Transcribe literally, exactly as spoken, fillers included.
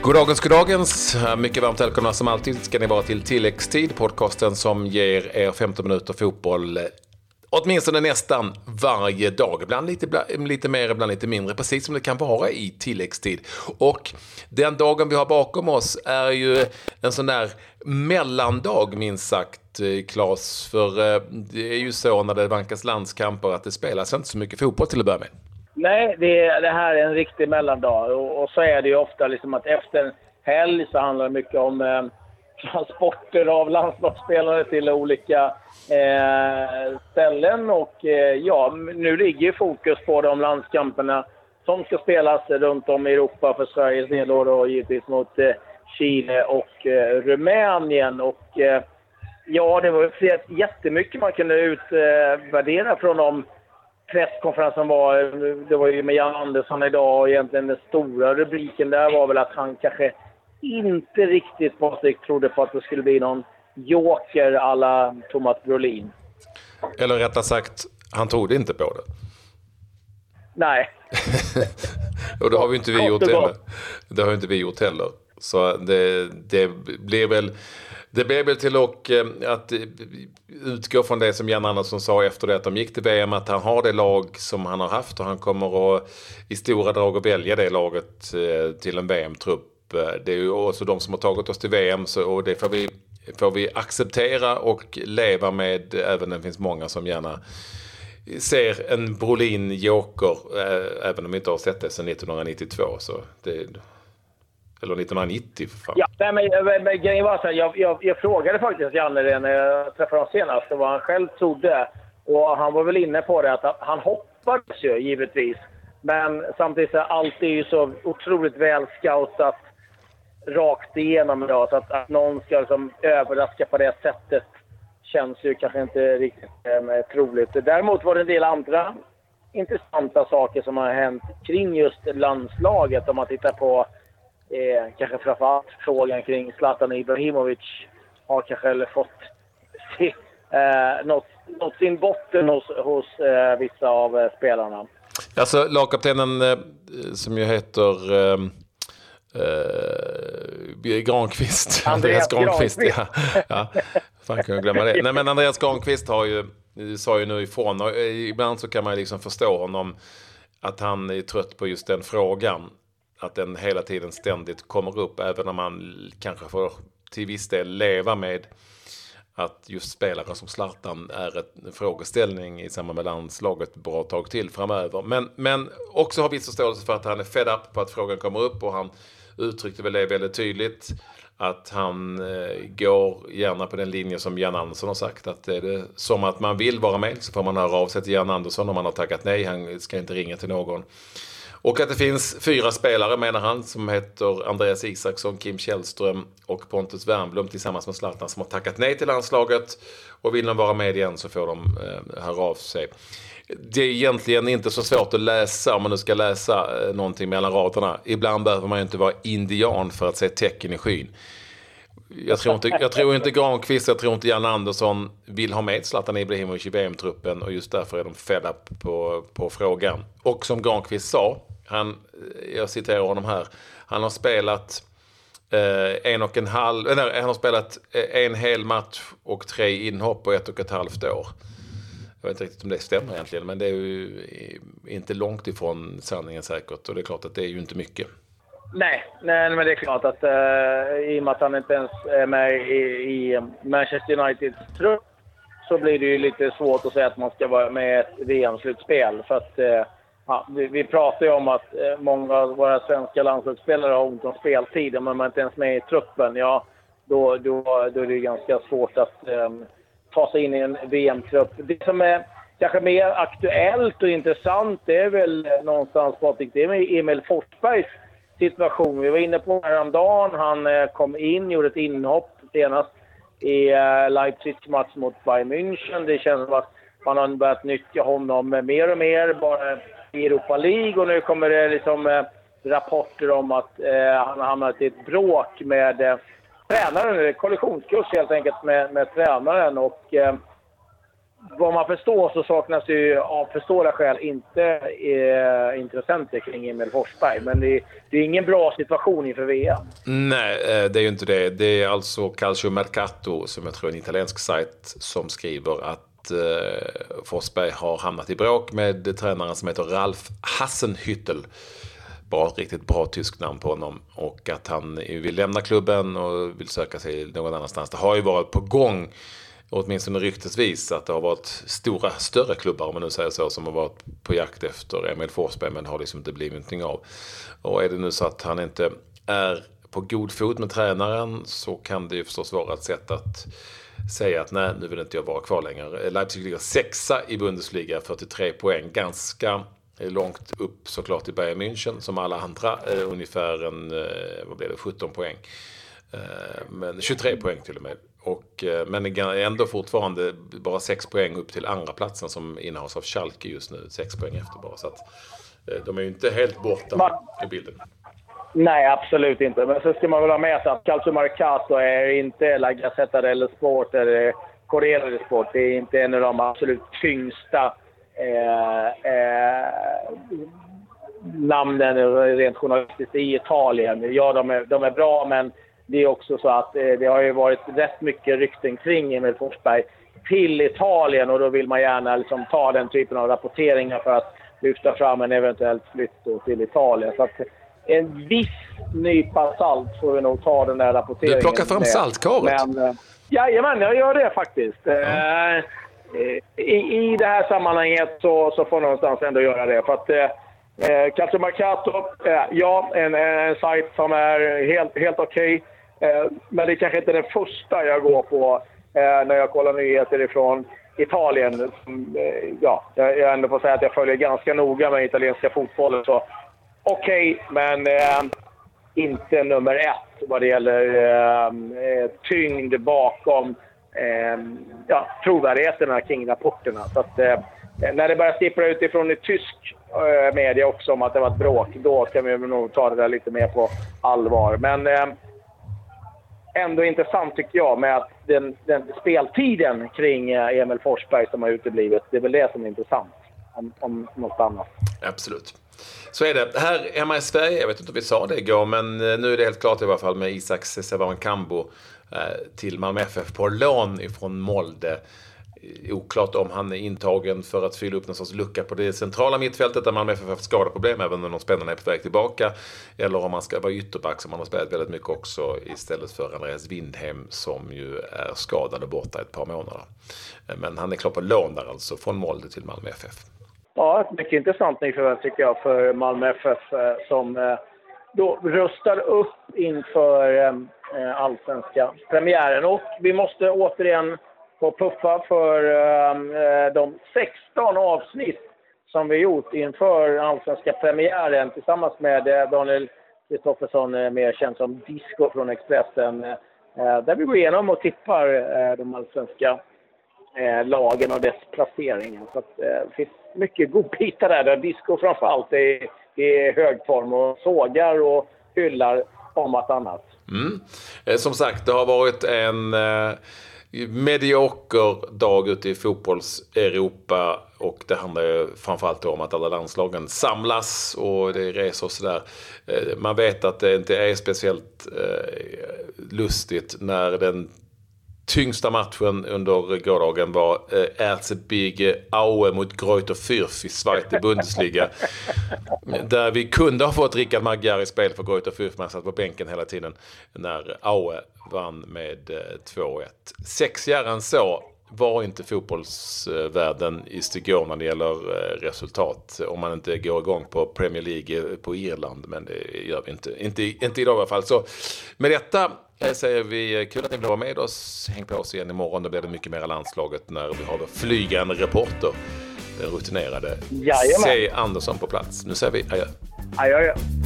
Goddagens, goddagens. Mycket varmt välkomna som alltid ska ni vara till Tilläggstid, podcasten som ger er femton minuter fotboll åtminstone nästan varje dag. Ibland lite, lite mer, ibland lite mindre, precis som det kan vara i tilläggstid. Och den dagen vi har bakom oss är ju en sån där mellandag, minst sagt, Claes. För det är ju så när det vankas landskamper att det spelas inte så mycket fotboll till att börja med. Nej, det, det här är en riktig mellandag. Och, och så är det ju ofta liksom att efter en helg så handlar det mycket om eh, transporter av landslagsspelare till olika eh, ställen. Och eh, ja, nu ligger ju fokus på de landskamperna som ska spelas runt om i Europa för Sveriges del och givetvis mot eh, Chile och eh, Rumänien. Och eh, ja, det var ju jättemycket man kunde utvärdera från de presskonferensen var, det var ju med Jan Andersson idag, och egentligen den stora rubriken där var väl att han kanske inte riktigt Patrik trodde på att det skulle bli någon joker alla Thomas Brolin. Eller rättare sagt, han trodde inte på det. Nej. Och det har vi inte vi gjort heller. Det har inte vi gjort heller. Så det, det blir väl Det blev väl till och att utgå från det som Jan Andersson sa efter det att de gick till V M, att han har det lag som han har haft och han kommer att i stora drag att välja det laget till en V M-trupp. Det är ju också de som har tagit oss till V M, så, och det får vi, får vi acceptera och leva med, även om det finns många som gärna ser en Brolin joker, även om vi inte har sett det sedan nittonhundranittiotvå. Så det Eller nittonhundranittio för fan. Ja, nej, men, men, men grejen var så här, jag, jag, jag frågade faktiskt Janne när jag träffade honom senast vad han själv trodde. Och han var väl inne på det att han hoppades ju givetvis. Men samtidigt så allt är ju så otroligt väl scoutat rakt igenom idag. Så att, att någon ska liksom överraska på det sättet känns ju kanske inte riktigt eh, troligt. Däremot var det en del andra intressanta saker som har hänt kring just landslaget. Om man tittar på Eh, kanske framförallt frågan kring Zlatan Ibrahimovic har kanske fått se, eh, nått, nått sin botten hos, hos eh, vissa av eh, spelarna. Alltså lagkaptenen eh, som ju heter eh, eh, Granqvist. Andreas Granqvist. Ja, ja. Fan, kan jag glömma det. Nej, men Andreas Granqvist har ju, sa ju nu ifrån, och ibland så kan man liksom förstå honom att han är trött på just den frågan. Att den hela tiden ständigt kommer upp, även om man kanske får till viss del leva med att just spelare som Zlatan är en frågeställning i samband med landslaget bra tag till framöver. Men, men också har viss förståelse för att han är fed up på att frågan kommer upp, och han uttryckte väl det väldigt tydligt att han eh, går gärna på den linje som Jan Andersson har sagt, att är det som att man vill vara med så får man höra av sig till Jan Andersson om man har tackat nej, han ska inte ringa till någon. Och att det finns fyra spelare, menar han, som heter Andreas Isaksson, Kim Källström och Pontus Wernbloom tillsammans med Zlatan, som har tackat nej till landslaget, och vill de vara med igen så får de eh, höra av sig. Det är egentligen inte så svårt att läsa om man nu ska läsa eh, någonting mellan raderna. Ibland behöver man ju inte vara indian för att se tecken i skyn. Jag tror inte, jag tror inte Granqvist, jag tror inte Jan Andersson vill ha med Zlatan Ibrahimovic i V M-truppen, och just därför är de fed up på, på frågan. Och som Granqvist sa, han, jag citerar honom här, han har spelat eh, en och en halv, nej, han har spelat en hel match och tre inhopp på ett och ett halvt år. Jag vet inte riktigt om det stämmer egentligen, men det är ju inte långt ifrån sanningen säkert, och det är klart att det är ju inte mycket. Nej, nej, men det är klart att uh, i och med att han inte ens är med i, i Manchester Uniteds trupp så blir det ju lite svårt att säga att man ska vara med i ett V M-slutspel. För att uh, ja, vi, vi pratar ju om att uh, många av våra svenska landslagsspelare har ont om speltid. Men man är inte ens med i truppen, ja, då, då, då är det ganska svårt att um, ta sig in i en V M-trupp. Det som är kanske mer aktuellt och intressant, det är väl någonstans, Patrik, det är med Emil Forsbergs situation. Vi var inne på häromdagen. Han eh, kom in, gjorde ett inhopp senast i eh, Leipzigs match mot Bayern München. Det känns som att man har börjat nyttja honom mer och mer bara i Europa League, och nu kommer det liksom eh, rapporter om att eh, han har hamnat i ett bråk med eh, tränaren, eller kollisionskurs helt enkelt med, med tränaren, och eh, vad man förstår så saknas det ju av förståeliga skäl inte eh, intressenter kring Emil Forsberg. Men det, det är ingen bra situation inför V M. Nej, det är ju inte det. Det är alltså Calcio Mercato, som jag tror är en italiensk sajt, som skriver att eh, Forsberg har hamnat i bråk med tränaren som heter Ralf Hasenhüttl. Bra, riktigt bra tysk namn på honom. Och att han vill lämna klubben och vill söka sig någon annanstans. Det har ju varit på gång, åtminstone ryktesvis, att det har varit stora, större klubbar, om man nu säger så, som har varit på jakt efter Emil Forsberg, men har liksom inte blivit någonting av. Och är det nu så att han inte är på god fot med tränaren, så kan det ju förstås vara ett sätt att säga att nej, nu vill inte jag vara kvar längre. Leipzig ligger sexa i Bundesliga, fyrtiotre poäng, ganska långt upp såklart i Bayern München som alla andra, eh, ungefär en, eh, vad blir det, sjutton poäng. Eh, men tjugotre poäng till och med. Och, eh, men ändå fortfarande bara sex poäng upp till andra platsen som innehas av Schalke just nu. sex poäng efter bara. Så att, eh, de är ju inte helt borta Man, i bilden. Nej, absolut inte. Men så ska man väl ha med sig att Calcio Mercato är inte La Gazzetta dello Sport eller Corriere dello Sport. Det är inte en av de absolut tyngsta Eh, eh, namnen rent journalistiskt i Italien. Ja, de är, de är bra, men det är också så att eh, det har ju varit rätt mycket rykten kring Emil Forsberg till Italien, och då vill man gärna liksom ta den typen av rapporteringar för att lyfta fram en eventuellt flytt till Italien. Så att en viss nypa salt får vi nog ta den där rapporteringen. Du plockar fram saltkaret? Men, eh, jajamän, jag gör det faktiskt. Mm. Eh, I, I det här sammanhanget så, så får någonstans ändå göra det. För att eh, Calcio Mercato, eh, ja, en, en sajt som är helt, helt okej. Okay, eh, men det är kanske inte den första jag går på eh, när jag kollar nyheter ifrån Italien. Eh, ja, jag, jag ändå får säga att jag följer ganska noga med italienska fotbollen. Så okej, okay, men eh, inte nummer ett vad det gäller eh, tyngd bakom Eh, ja, trovärdigheterna kring rapporterna. Så att, eh, när det börjar sippra utifrån i tysk eh, media också om att det var ett bråk, då kan vi nog ta det där lite mer på allvar. Men eh, ändå intressant tycker jag med att den, den speltiden kring eh, Emil Forsberg som har uteblivit, det är väl det som är intressant om, om något annat. Absolut. Så är det. Här hemma i Sverige, jag vet inte om vi sa det igår, men nu är det helt klart i alla fall med Isak Sevakambo till Malmö F F på lån ifrån Molde. Oklart om han är intagen för att fylla upp någon sorts lucka på det centrala mittfältet där Malmö F F har haft skadeproblem även när de spelarna är på väg tillbaka, eller om man ska vara ytterback som man har spelat väldigt mycket också istället för Andreas Windhem som ju är skadad och borta ett par månader. Men han är klar på lån där alltså från Molde till Malmö F F. Ja, ett mycket intressant nyförvärv tycker jag för Malmö F F som då rustar upp inför eh, allsvenska premiären. Och vi måste återigen få puffa för eh, de sexton avsnitt som vi gjort inför allsvenska premiären tillsammans med eh, Daniel Kristoffersson, eh, mer känd som Disco från Expressen, eh, där vi går igenom och tippar eh, de allsvenska eh, lagen och dess placeringar. Så att, eh, det finns mycket godbitar där, där Disco framförallt är i hög form och sågar och hyllar om att annat. Mm. Eh, som sagt, det har varit en eh, medioker dag ute i fotbolls-Europa, och det handlar ju framförallt om att alla landslagen samlas och det reser och sådär. Eh, man vet att det inte är speciellt eh, lustigt när den tyngsta matchen under gårdagen var eh, Erzgebirge Aue mot Greuther Fürth i Zweite Bundesliga. Där vi kunde ha fått Richard Magyar i spel för Greuther Fürth, men satt på bänken hela tiden när Aue vann med eh, två ett. Sexigare än så var inte fotbollsvärlden i Stigå när det gäller eh, resultat. Om man inte går igång på Premier League på Irland, men det gör vi inte. Inte, inte idag i alla fall. Så med detta säger vi kul att ni vill vara med oss. Häng på oss igen imorgon. Då blir det mycket mer landslaget när vi har flygande reporter, den rutinerade C. Andersson på plats. Nu säger vi adjö. Adjö.